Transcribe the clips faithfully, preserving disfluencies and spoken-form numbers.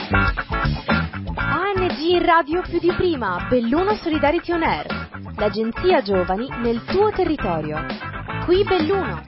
A N G in radio più di prima, Belluno Solidarity On Air, l'agenzia giovani nel tuo territorio. Qui Belluno.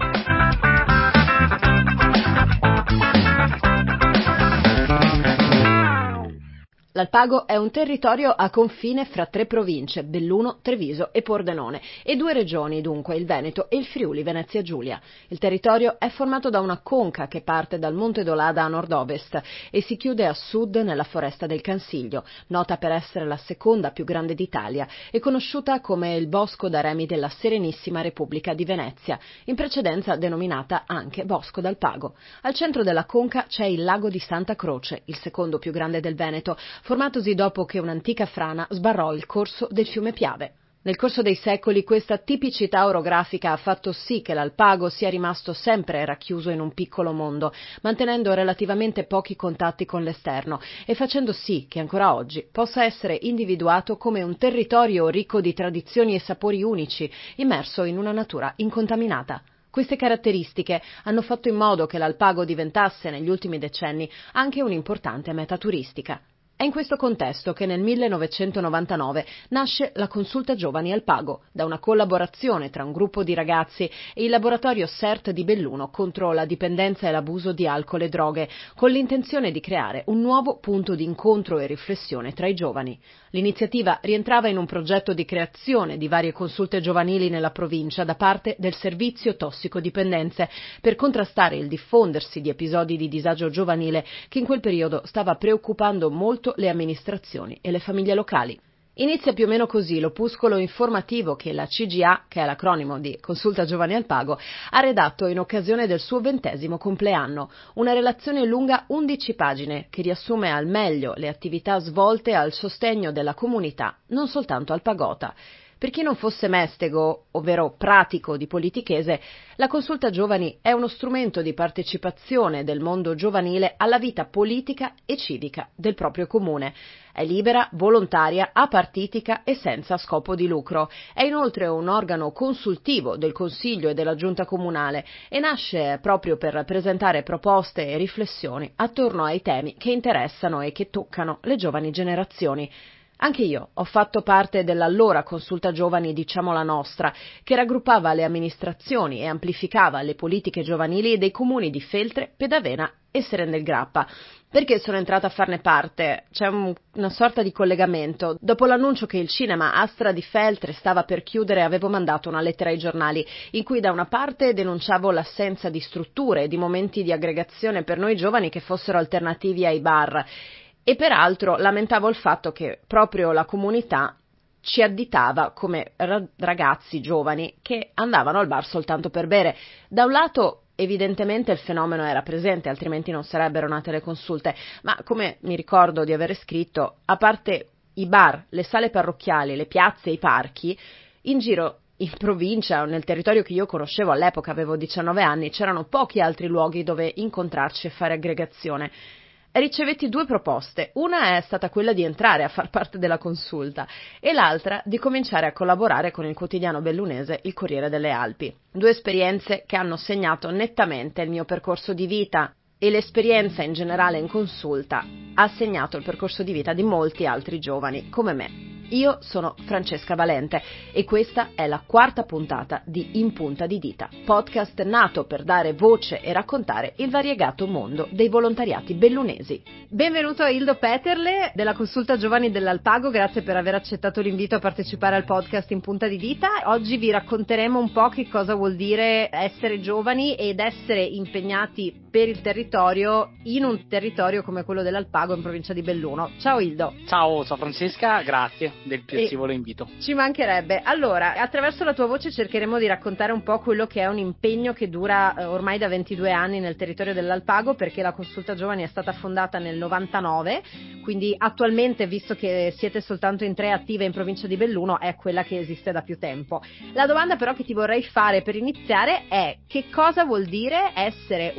L'Alpago è un territorio a confine fra tre province, Belluno, Treviso e Pordenone, e due regioni, dunque, il Veneto e il Friuli Venezia Giulia. Il territorio è formato da una conca che parte dal Monte Dolada a nord-ovest e si chiude a sud nella foresta del Cansiglio, nota per essere la seconda più grande d'Italia e conosciuta come il Bosco d'Aremi della Serenissima Repubblica di Venezia, in precedenza denominata anche Bosco d'Alpago. Al centro della conca c'è il lago di Santa Croce, il secondo più grande del Veneto, formatosi dopo che un'antica frana sbarrò il corso del fiume Piave. Nel corso dei secoli questa tipicità orografica ha fatto sì che l'Alpago sia rimasto sempre racchiuso in un piccolo mondo, mantenendo relativamente pochi contatti con l'esterno e facendo sì che ancora oggi possa essere individuato come un territorio ricco di tradizioni e sapori unici, immerso in una natura incontaminata. Queste caratteristiche hanno fatto in modo che l'Alpago diventasse negli ultimi decenni anche un'importante meta turistica. È in questo contesto che nel millenovecentonovantanove nasce la Consulta Giovani Alpago, da una collaborazione tra un gruppo di ragazzi e il laboratorio S E R T di Belluno contro la dipendenza e l'abuso di alcol e droghe, con l'intenzione di creare un nuovo punto di incontro e riflessione tra i giovani. L'iniziativa rientrava in un progetto di creazione di varie consulte giovanili nella provincia da parte del Servizio Tossicodipendenze per contrastare il diffondersi di episodi di disagio giovanile che in quel periodo stava preoccupando molto le amministrazioni e le famiglie locali. Inizia più o meno così l'opuscolo informativo che la C G A, che è l'acronimo di Consulta Giovani Alpago, ha redatto in occasione del suo ventesimo compleanno, una relazione lunga undici pagine che riassume al meglio le attività svolte al sostegno della comunità, non soltanto alpagota. Per chi non fosse mestego, ovvero pratico di politichese, la Consulta Giovani è uno strumento di partecipazione del mondo giovanile alla vita politica e civica del proprio comune. È libera, volontaria, apartitica e senza scopo di lucro. È inoltre un organo consultivo del Consiglio e della Giunta Comunale e nasce proprio per presentare proposte e riflessioni attorno ai temi che interessano e che toccano le giovani generazioni. Anche io ho fatto parte dell'allora Consulta Giovani Diciamo la Nostra, che raggruppava le amministrazioni e amplificava le politiche giovanili dei comuni di Feltre, Pedavena e Seren del Grappa. Perché sono entrata a farne parte? C'è un, una sorta di collegamento. Dopo l'annuncio che il cinema Astra di Feltre stava per chiudere, avevo mandato una lettera ai giornali in cui da una parte denunciavo l'assenza di strutture e di momenti di aggregazione per noi giovani che fossero alternativi ai bar, e peraltro lamentavo il fatto che proprio la comunità ci additava come ragazzi giovani che andavano al bar soltanto per bere. Da un lato evidentemente il fenomeno era presente, altrimenti non sarebbero nate le consulte, ma come mi ricordo di aver scritto, a parte i bar, le sale parrocchiali, le piazze e i parchi, in giro in provincia o nel territorio che io conoscevo all'epoca, avevo diciannove anni, c'erano pochi altri luoghi dove incontrarci e fare aggregazione. Ricevetti due proposte, una è stata quella di entrare a far parte della consulta e l'altra di cominciare a collaborare con il quotidiano bellunese Il Corriere delle Alpi. Due esperienze che hanno segnato nettamente il mio percorso di vita e l'esperienza in generale in consulta ha segnato il percorso di vita di molti altri giovani come me. Io sono Francesca Valente e questa è la quarta puntata di In Punta di Dita, podcast nato per dare voce e raccontare il variegato mondo dei volontariati bellunesi. Benvenuto a Ildo Peterle della Consulta Giovani dell'Alpago, grazie per aver accettato l'invito a partecipare al podcast In Punta di Dita. Oggi vi racconteremo un po' che cosa vuol dire essere giovani ed essere impegnati per il territorio in un territorio come quello dell'Alpago in provincia di Belluno. Ciao Ildo. Ciao, ciao Francesca, grazie del piacevole invito. Ci mancherebbe. Allora, attraverso la tua voce cercheremo di raccontare un po' quello che è un impegno che dura eh, ormai da ventidue anni nel territorio dell'Alpago, perché la Consulta Giovani è stata fondata nel novantanove, quindi attualmente, visto che siete soltanto in tre attive in provincia di Belluno, è quella che esiste da più tempo. La domanda però che ti vorrei fare per iniziare è: che cosa vuol dire essere un giovane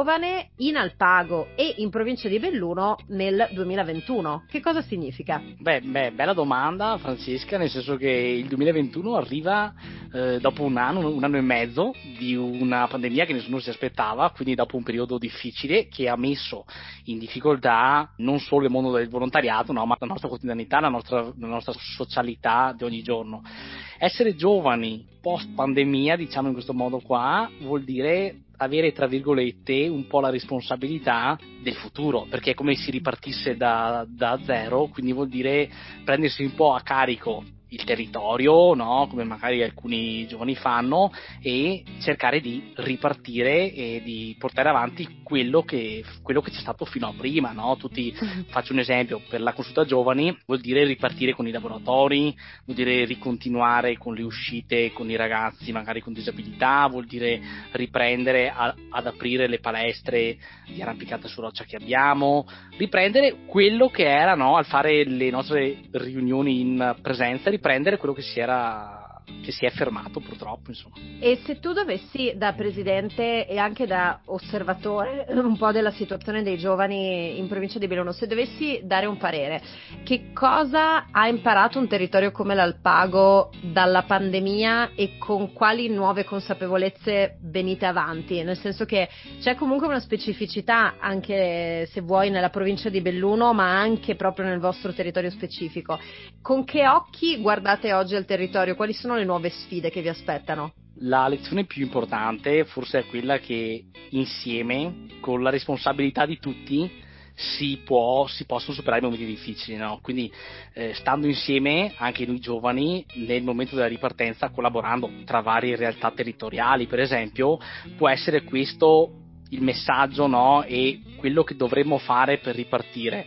giovane in Alpago e in provincia di Belluno nel duemilaventuno. Che cosa significa? Beh, beh, bella domanda, Francesca, nel senso che il duemilaventuno arriva eh, dopo un anno, un anno e mezzo di una pandemia che nessuno si aspettava, quindi dopo un periodo difficile che ha messo in difficoltà non solo il mondo del volontariato, no, ma la nostra quotidianità, la nostra, la nostra socialità di ogni giorno. Essere giovani post pandemia, diciamo in questo modo qua, vuol dire avere tra virgolette un po' la responsabilità del futuro, perché è come se si ripartisse da, da zero, quindi vuol dire prendersi un po' a carico il territorio, no? Come magari alcuni giovani fanno, e cercare di ripartire e di portare avanti quello che, quello che c'è stato fino a prima, no? Tutti, faccio un esempio, per la consulta giovani vuol dire ripartire con i laboratori, vuol dire ricontinuare con le uscite con i ragazzi magari con disabilità, vuol dire riprendere a, ad aprire le palestre di arrampicata su roccia che abbiamo, riprendere quello che era, no? Al fare le nostre riunioni in presenza, riprendere quello che si era che si è fermato purtroppo, insomma. E se tu dovessi, da presidente e anche da osservatore un po' della situazione dei giovani in provincia di Belluno, se dovessi dare un parere, che cosa ha imparato un territorio come l'Alpago dalla pandemia e con quali nuove consapevolezze venite avanti? Nel senso che c'è comunque una specificità, anche se vuoi nella provincia di Belluno, ma anche proprio nel vostro territorio specifico. Con che occhi guardate oggi al territorio? Quali sono le nuove sfide che vi aspettano? La lezione più importante forse è quella che insieme, con la responsabilità di tutti, si può si possono superare i momenti difficili, no? Quindi eh, stando insieme anche noi giovani nel momento della ripartenza, collaborando tra varie realtà territoriali, per esempio, può essere questo il messaggio, no? E quello che dovremmo fare per ripartire.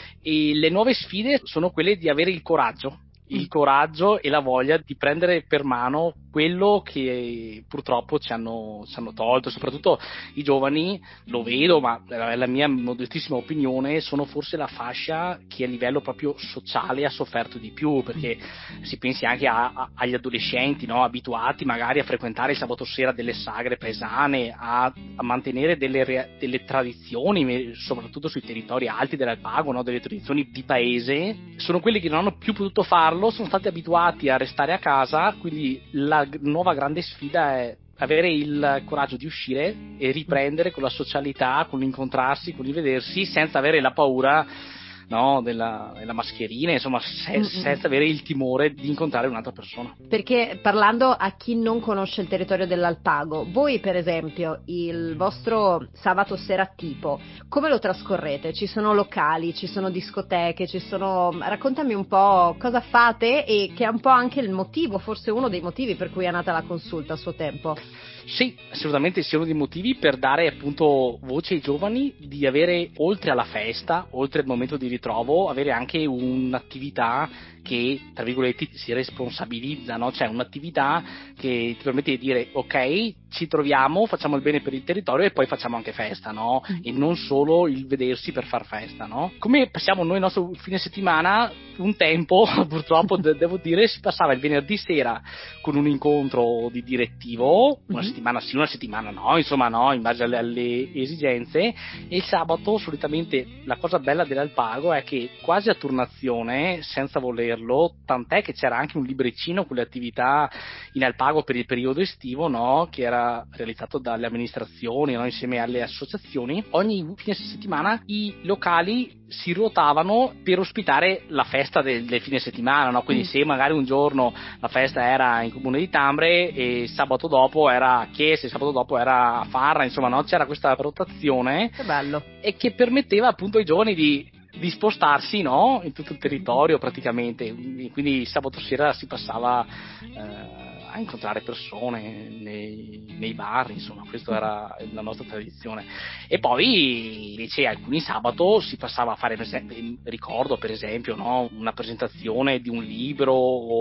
E le nuove sfide sono quelle di avere il coraggio il coraggio e la voglia di prendere per mano quello che purtroppo ci hanno, ci hanno tolto, soprattutto i giovani, lo vedo, ma è la mia modestissima opinione, sono forse la fascia che a livello proprio sociale ha sofferto di più, perché si pensi anche a, a, agli adolescenti, no? Abituati magari a frequentare il sabato sera delle sagre paesane, a, a mantenere delle, delle tradizioni, soprattutto sui territori alti dell'Alpago, no? Delle tradizioni di paese, sono quelli che non hanno più potuto farlo, sono stati abituati a restare a casa, quindi la nuova grande sfida è avere il coraggio di uscire e riprendere con la socialità, con l'incontrarsi, con il vedersi, senza avere la paura, no, della, della mascherina, insomma, se, senza avere il timore di incontrare un'altra persona. Perché parlando a chi non conosce il territorio dell'Alpago, voi per esempio il vostro sabato sera tipo, come lo trascorrete? Ci sono locali, ci sono discoteche, ci sono... raccontami un po' cosa fate e che è un po' anche il motivo, forse uno dei motivi per cui è nata la consulta a suo tempo. Sì, assolutamente sia uno dei motivi per dare appunto voce ai giovani di avere, oltre alla festa, oltre al momento di ritrovo, avere anche un'attività che, tra virgolette, si responsabilizza, no? Cioè un'attività che ti permette di dire ok, ci troviamo, facciamo il bene per il territorio e poi facciamo anche festa, no? E non solo il vedersi per far festa, no? Come passiamo noi il nostro fine settimana, un tempo, purtroppo de- devo dire, si passava il venerdì sera con un incontro di direttivo, una settimana sì, una settimana no, insomma no, in base alle, alle esigenze, e il sabato solitamente la cosa bella dell'Alpago è che quasi a turnazione, senza volerlo, tant'è che c'era anche un libricino con le attività in Alpago per il periodo estivo, no, che era realizzato dalle amministrazioni, no, insieme alle associazioni. Ogni fine settimana i locali si ruotavano per ospitare la festa del, del fine settimana, no? Quindi se magari un giorno la festa era in Comune di Tambre e sabato dopo era a Chiesa, e sabato dopo era a Farra, insomma, no? C'era questa rotazione. Che bello. E che permetteva appunto ai giovani di di spostarsi, no? In tutto il territorio praticamente, quindi sabato sera si passava eh, a incontrare persone nei, nei bar, insomma, questa era la nostra tradizione. E poi invece alcuni sabato si passava a fare, per esempio, ricordo per esempio, no? Una presentazione di un libro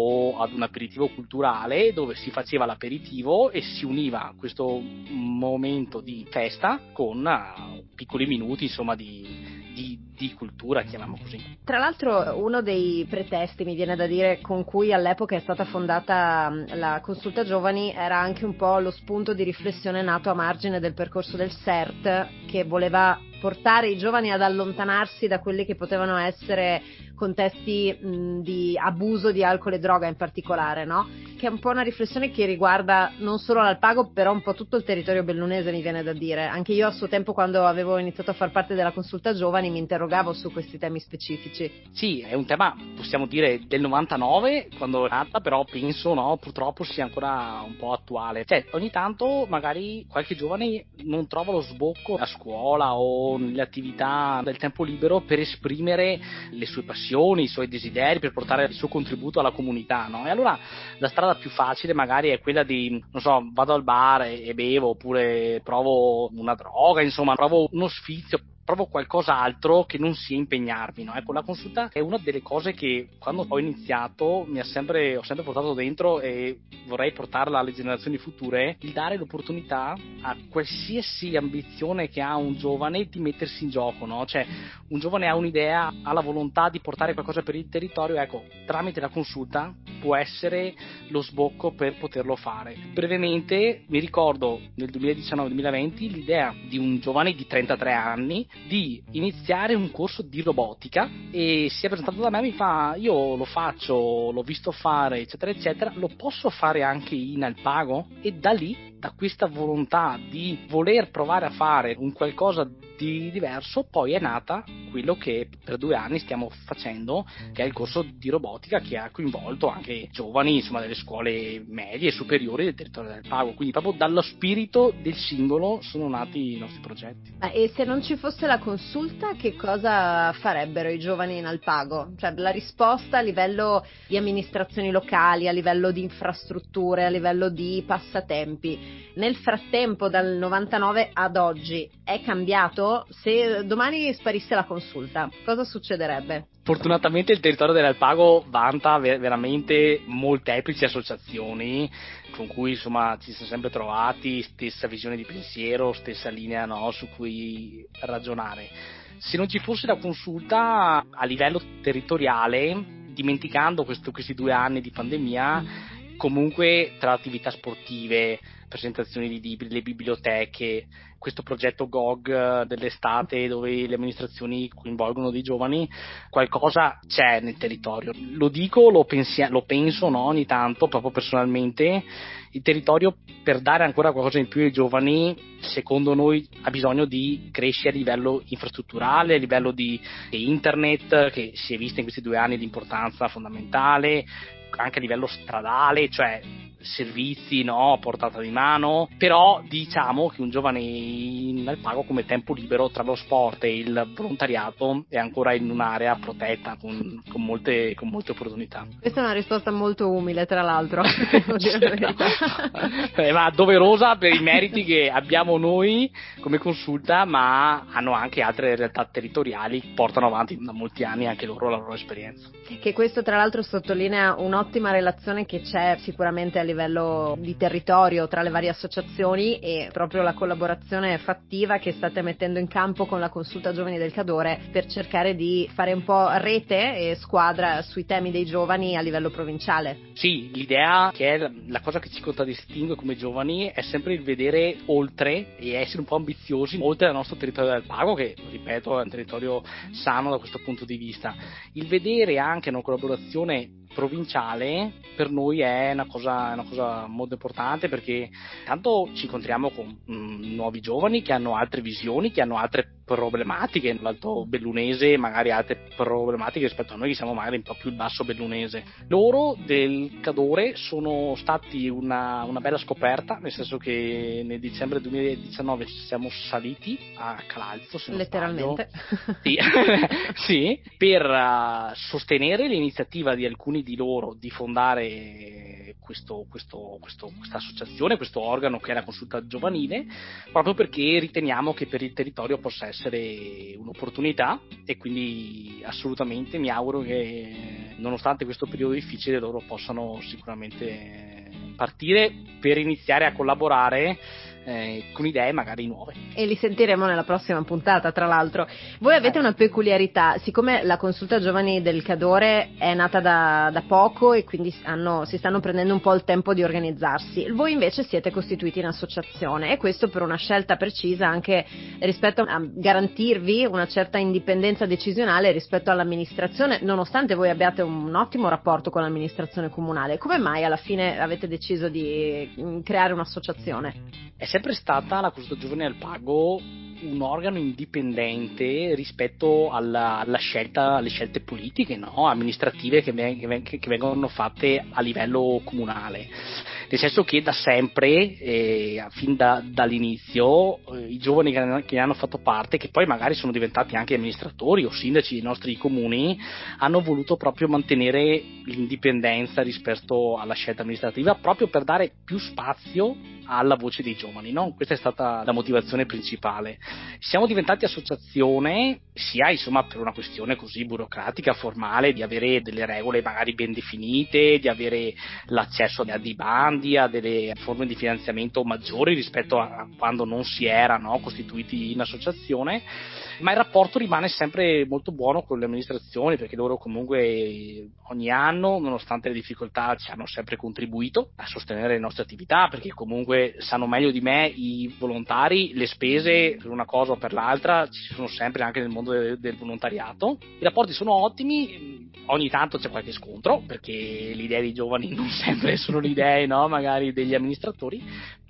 o ad un aperitivo culturale dove si faceva l'aperitivo e si univa questo momento di festa con uh, piccoli minuti, insomma, di Di, di cultura, chiamiamo così. Tra l'altro uno dei pretesti, mi viene da dire, con cui all'epoca è stata fondata la Consulta Giovani era anche un po' lo spunto di riflessione nato a margine del percorso del S E R T che voleva portare i giovani ad allontanarsi da quelli che potevano essere contesti mh, di abuso di alcol e droga in particolare, no? Che è un po' una riflessione che riguarda non solo l'Alpago, però un po' tutto il territorio bellunese, mi viene da dire. Anche io a suo tempo, quando avevo iniziato a far parte della consulta giovani, mi interrogavo su questi temi specifici. Sì, è un tema, possiamo dire, del novantanove, quando è nata, però penso, no, purtroppo sia ancora un po' attuale. Cioè, ogni tanto magari qualche giovane non trova lo sbocco a scuola o nelle attività del tempo libero per esprimere le sue passioni, i suoi desideri, per portare il suo contributo alla comunità, no? E allora la strada più facile magari è quella di, non so, vado al bar e, e bevo, oppure provo una droga, insomma, provo uno sfizio, provo qualcos'altro che non sia impegnarmi, no? Ecco, la consulta è una delle cose che quando ho iniziato mi ha sempre, ho sempre portato dentro, e vorrei portarla alle generazioni future, il dare l'opportunità a qualsiasi ambizione che ha un giovane di mettersi in gioco, no? Cioè, un giovane ha un'idea, ha la volontà di portare qualcosa per il territorio, ecco, tramite la consulta può essere lo sbocco per poterlo fare. Brevemente mi ricordo nel duemiladiciannove duemilaventi l'idea di un giovane di trentatré anni di iniziare un corso di robotica, e si è presentato da me e mi fa: io lo faccio, l'ho visto fare, eccetera eccetera, lo posso fare anche in Alpago? E da lì, da questa volontà di voler provare a fare un qualcosa di diverso, poi è nata quello che per due anni stiamo facendo, che è il corso di robotica, che ha coinvolto anche giovani, insomma, delle scuole medie e superiori del territorio del Alpago. Quindi proprio dallo spirito del singolo sono nati i nostri progetti. Ma e se non ci fosse la consulta, che cosa farebbero i giovani in Alpago? Cioè, la risposta a livello di amministrazioni locali, a livello di infrastrutture, a livello di passatempi, nel frattempo dal novantanove ad oggi è cambiato? Se domani sparisse la consulta, cosa succederebbe? Fortunatamente il territorio dell'Alpago vanta ver- veramente molteplici associazioni con cui, insomma, ci siamo sempre trovati, stessa visione di pensiero, stessa linea, no, su cui ragionare. Se non ci fosse la consulta a livello territoriale, dimenticando questo, questi due anni di pandemia, comunque tra attività sportive, presentazioni di libri, le biblioteche, questo progetto G O G dell'estate dove le amministrazioni coinvolgono dei giovani, qualcosa c'è nel territorio. Lo dico, lo, pensi- lo penso, no, ogni tanto, proprio personalmente, il territorio, per dare ancora qualcosa in più ai giovani, secondo noi ha bisogno di crescere a livello infrastrutturale, a livello di internet, che si è vista in questi due anni di importanza fondamentale, anche a livello stradale, cioè servizi, no, a portata di mano. Però diciamo che un giovane in Alpago, come tempo libero tra lo sport e il volontariato, è ancora in un'area protetta con, con molte con molte opportunità. Questa è una risposta molto umile, tra l'altro, devo dire la verità. eh, ma doverosa per i meriti che abbiamo noi come consulta, ma hanno anche altre realtà territoriali che portano avanti da molti anni anche loro la loro esperienza. Che questo tra l'altro sottolinea un'ottima relazione che c'è sicuramente a livello di territorio tra le varie associazioni, e proprio la collaborazione fattiva che state mettendo in campo con la consulta giovani del Cadore per cercare di fare un po' rete e squadra sui temi dei giovani a livello provinciale. Sì, l'idea, che è la cosa che ci contraddistingue come giovani, è sempre il vedere oltre e essere un po' ambiziosi oltre al nostro territorio del Pago, che ripeto è un territorio sano da questo punto di vista. Il vedere anche una collaborazione provinciale per noi è una cosa, una cosa molto importante, perché tanto ci incontriamo con mh, nuovi giovani che hanno altre visioni, che hanno altre problematiche, l'alto bellunese magari altre problematiche rispetto a noi che siamo magari un po' più il basso bellunese. Loro del Cadore sono stati una, una bella scoperta, nel senso che nel dicembre duemiladiciannove siamo saliti a Calalzo, se non letteralmente sì, sì, per uh, sostenere l'iniziativa di alcuni di loro di fondare questo, questo, questo, questa associazione, questo organo che è la consulta giovanile, proprio perché riteniamo che per il territorio possa essere un'opportunità, e quindi assolutamente mi auguro che nonostante questo periodo difficile loro possano sicuramente partire per iniziare a collaborare eh, con idee magari nuove. E li sentiremo nella prossima puntata, tra l'altro. Voi avete eh. una peculiarità, siccome la Consulta Giovani del Cadore è nata da, da poco e quindi hanno, si stanno prendendo un po' il tempo di organizzarsi, voi invece siete costituiti in associazione, e questo per una scelta precisa anche rispetto a garantirvi una certa indipendenza decisionale rispetto all'amministrazione, nonostante voi abbiate un ottimo rapporto con l'amministrazione comunale. Come mai alla fine avete deciso di creare un'associazione? È sempre stata la Consulta Giovani del Pago un organo indipendente rispetto alla, alla scelta, alle scelte politiche, no? amministrative che, che, che vengono fatte a livello comunale. Nel senso che da sempre, eh, fin da, dall'inizio, eh, i giovani che ne, che ne hanno fatto parte, che poi magari sono diventati anche amministratori o sindaci dei nostri comuni, hanno voluto proprio mantenere l'indipendenza rispetto alla scelta amministrativa, proprio per dare più spazio alla voce dei giovani, no? Questa è stata la motivazione principale. Siamo diventati associazione sia insomma per una questione così burocratica, formale, di avere delle regole magari ben definite, di avere l'accesso a dei bandi, a delle forme di finanziamento maggiori rispetto a quando non si era, no, costituiti in associazione, ma il rapporto rimane sempre molto buono con le amministrazioni, perché loro comunque ogni anno, nonostante le difficoltà, ci hanno sempre contribuito a sostenere le nostre attività, perché comunque sanno meglio di me i volontari le spese per una cosa o per l'altra, ci sono sempre anche nel mondo del, del volontariato. I rapporti sono ottimi, ogni tanto c'è qualche scontro, perché le idee dei giovani non sempre sono le idee, no, magari degli amministratori,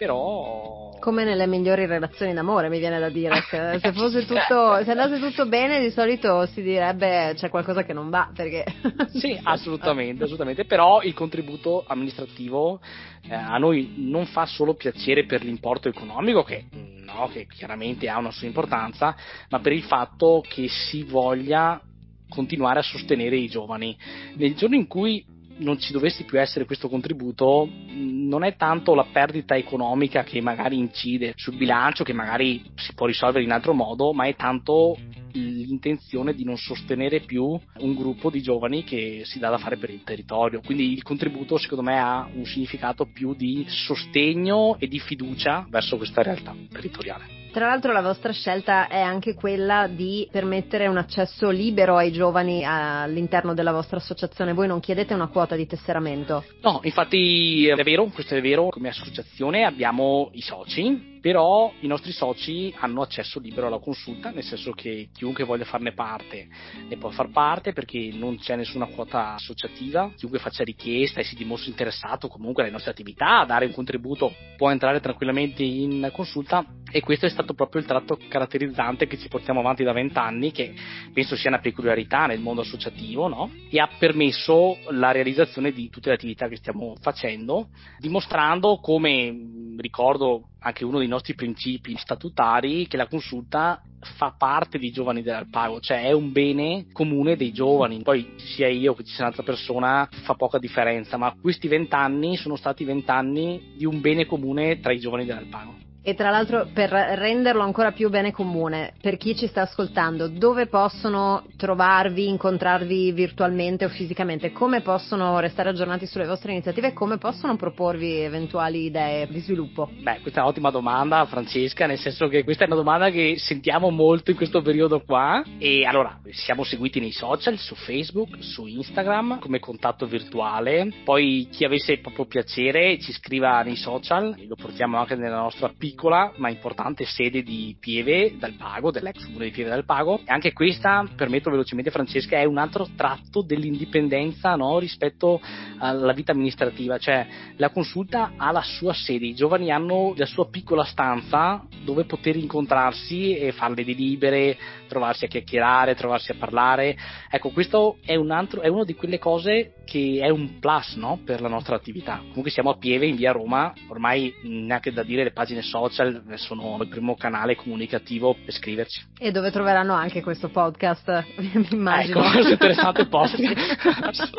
però... Come nelle migliori relazioni d'amore, mi viene da dire, se, se fosse tutto, se andasse tutto bene, di solito si direbbe c'è qualcosa che non va, perché... Sì, assolutamente, assolutamente, però il contributo amministrativo eh, a noi non fa solo piacere per l'importo economico, che, no, che chiaramente ha una sua importanza, ma per il fatto che si voglia continuare a sostenere i giovani. Nel giorno in cui non ci dovesse più essere questo contributo, non è tanto la perdita economica che magari incide sul bilancio, che magari si può risolvere in altro modo, ma è tanto l'intenzione di non sostenere più un gruppo di giovani che si dà da fare per il territorio. Quindi il contributo secondo me ha un significato più di sostegno e di fiducia verso questa realtà territoriale. Tra l'altro la vostra scelta è anche quella di permettere un accesso libero ai giovani all'interno della vostra associazione. Voi non chiedete una quota di tesseramento? No, infatti è vero, questo è vero, come associazione abbiamo i soci, però i nostri soci hanno accesso libero alla consulta, nel senso che chiunque voglia farne parte ne può far parte, perché non c'è nessuna quota associativa. Chiunque faccia richiesta e si dimostri interessato comunque alle nostre attività, a dare un contributo, può entrare tranquillamente in consulta, e questo è stato proprio il tratto caratterizzante che ci portiamo avanti da vent'anni, che penso sia una peculiarità nel mondo associativo, no? E ha permesso la realizzazione di tutte le attività che stiamo facendo, dimostrando, come ricordo anche uno dei nostri principi statutari, che la consulta fa parte dei giovani dell'Alpago, cioè è un bene comune dei giovani. Poi sia io che ci sia un'altra persona fa poca differenza, ma questi vent'anni sono stati vent'anni di un bene comune tra i giovani dell'Alpago. E tra l'altro, per renderlo ancora più bene comune, per chi ci sta ascoltando, dove possono trovarvi, incontrarvi virtualmente o fisicamente? Come possono restare aggiornati sulle vostre iniziative e come possono proporvi eventuali idee di sviluppo? Beh, questa è un'ottima domanda, Francesca, nel senso che questa è una domanda che sentiamo molto in questo periodo qua. E allora, siamo seguiti nei social, su Facebook, su Instagram, come contatto virtuale. Poi chi avesse proprio piacere ci scriva nei social, lo portiamo anche nella nostra piccola ma importante sede di Pieve del Pago, dell'ex comune di Pieve del Pago. E anche questa, permetto velocemente Francesca, è un altro tratto dell'indipendenza, no, rispetto alla vita amministrativa. Cioè la consulta ha la sua sede, i giovani hanno la sua piccola stanza dove poter incontrarsi e fare le delibere, trovarsi a chiacchierare, trovarsi a parlare. Ecco, questo è un altro, è una di quelle cose che è un plus, no, per la nostra attività. Comunque siamo a Pieve, in via Roma, ormai neanche da dire, le pagine social sono il primo canale comunicativo per scriverci. E dove troveranno anche questo podcast, mi immagino. Ecco, questo interessante podcast.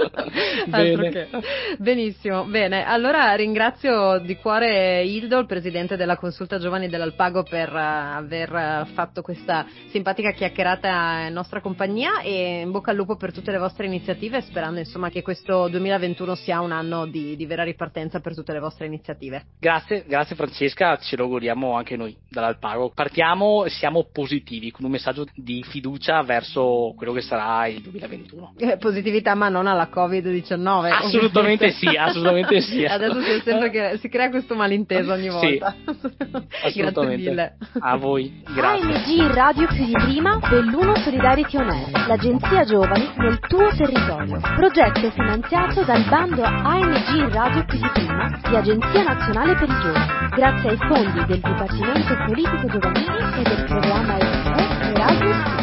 Bene. Benissimo, bene. Allora ringrazio di cuore Ildo, il presidente della Consulta Giovani dell'Alpago, per uh, aver uh, fatto questa simpatica chiacchierata in nostra compagnia, e in bocca al lupo per tutte le vostre iniziative, sperando insomma che questo duemilaventuno sia un anno di, di vera ripartenza per tutte le vostre iniziative. Grazie, grazie Francesca, ce lo auguriamo anche noi dall'Alpago. Partiamo, siamo positivi, con un messaggio di fiducia verso quello che sarà il duemilaventuno. Eh, positività, ma non alla covid diciannove. Assolutamente ovviamente. sì, assolutamente sì. Adesso si, sembra che si crea questo malinteso ogni volta. Sì, Grazie mille. A voi, grazie. A M G Radio Più di Prima, Belluno Solidarity On Air, l'agenzia giovani nel tuo territorio. Progetto finanziato dal bando A M G Radio Più di Prima di Agenzia Nazionale per i Giovani, grazie ai fondi del Dipartimento Politico Giovanili e del programma Erasmus.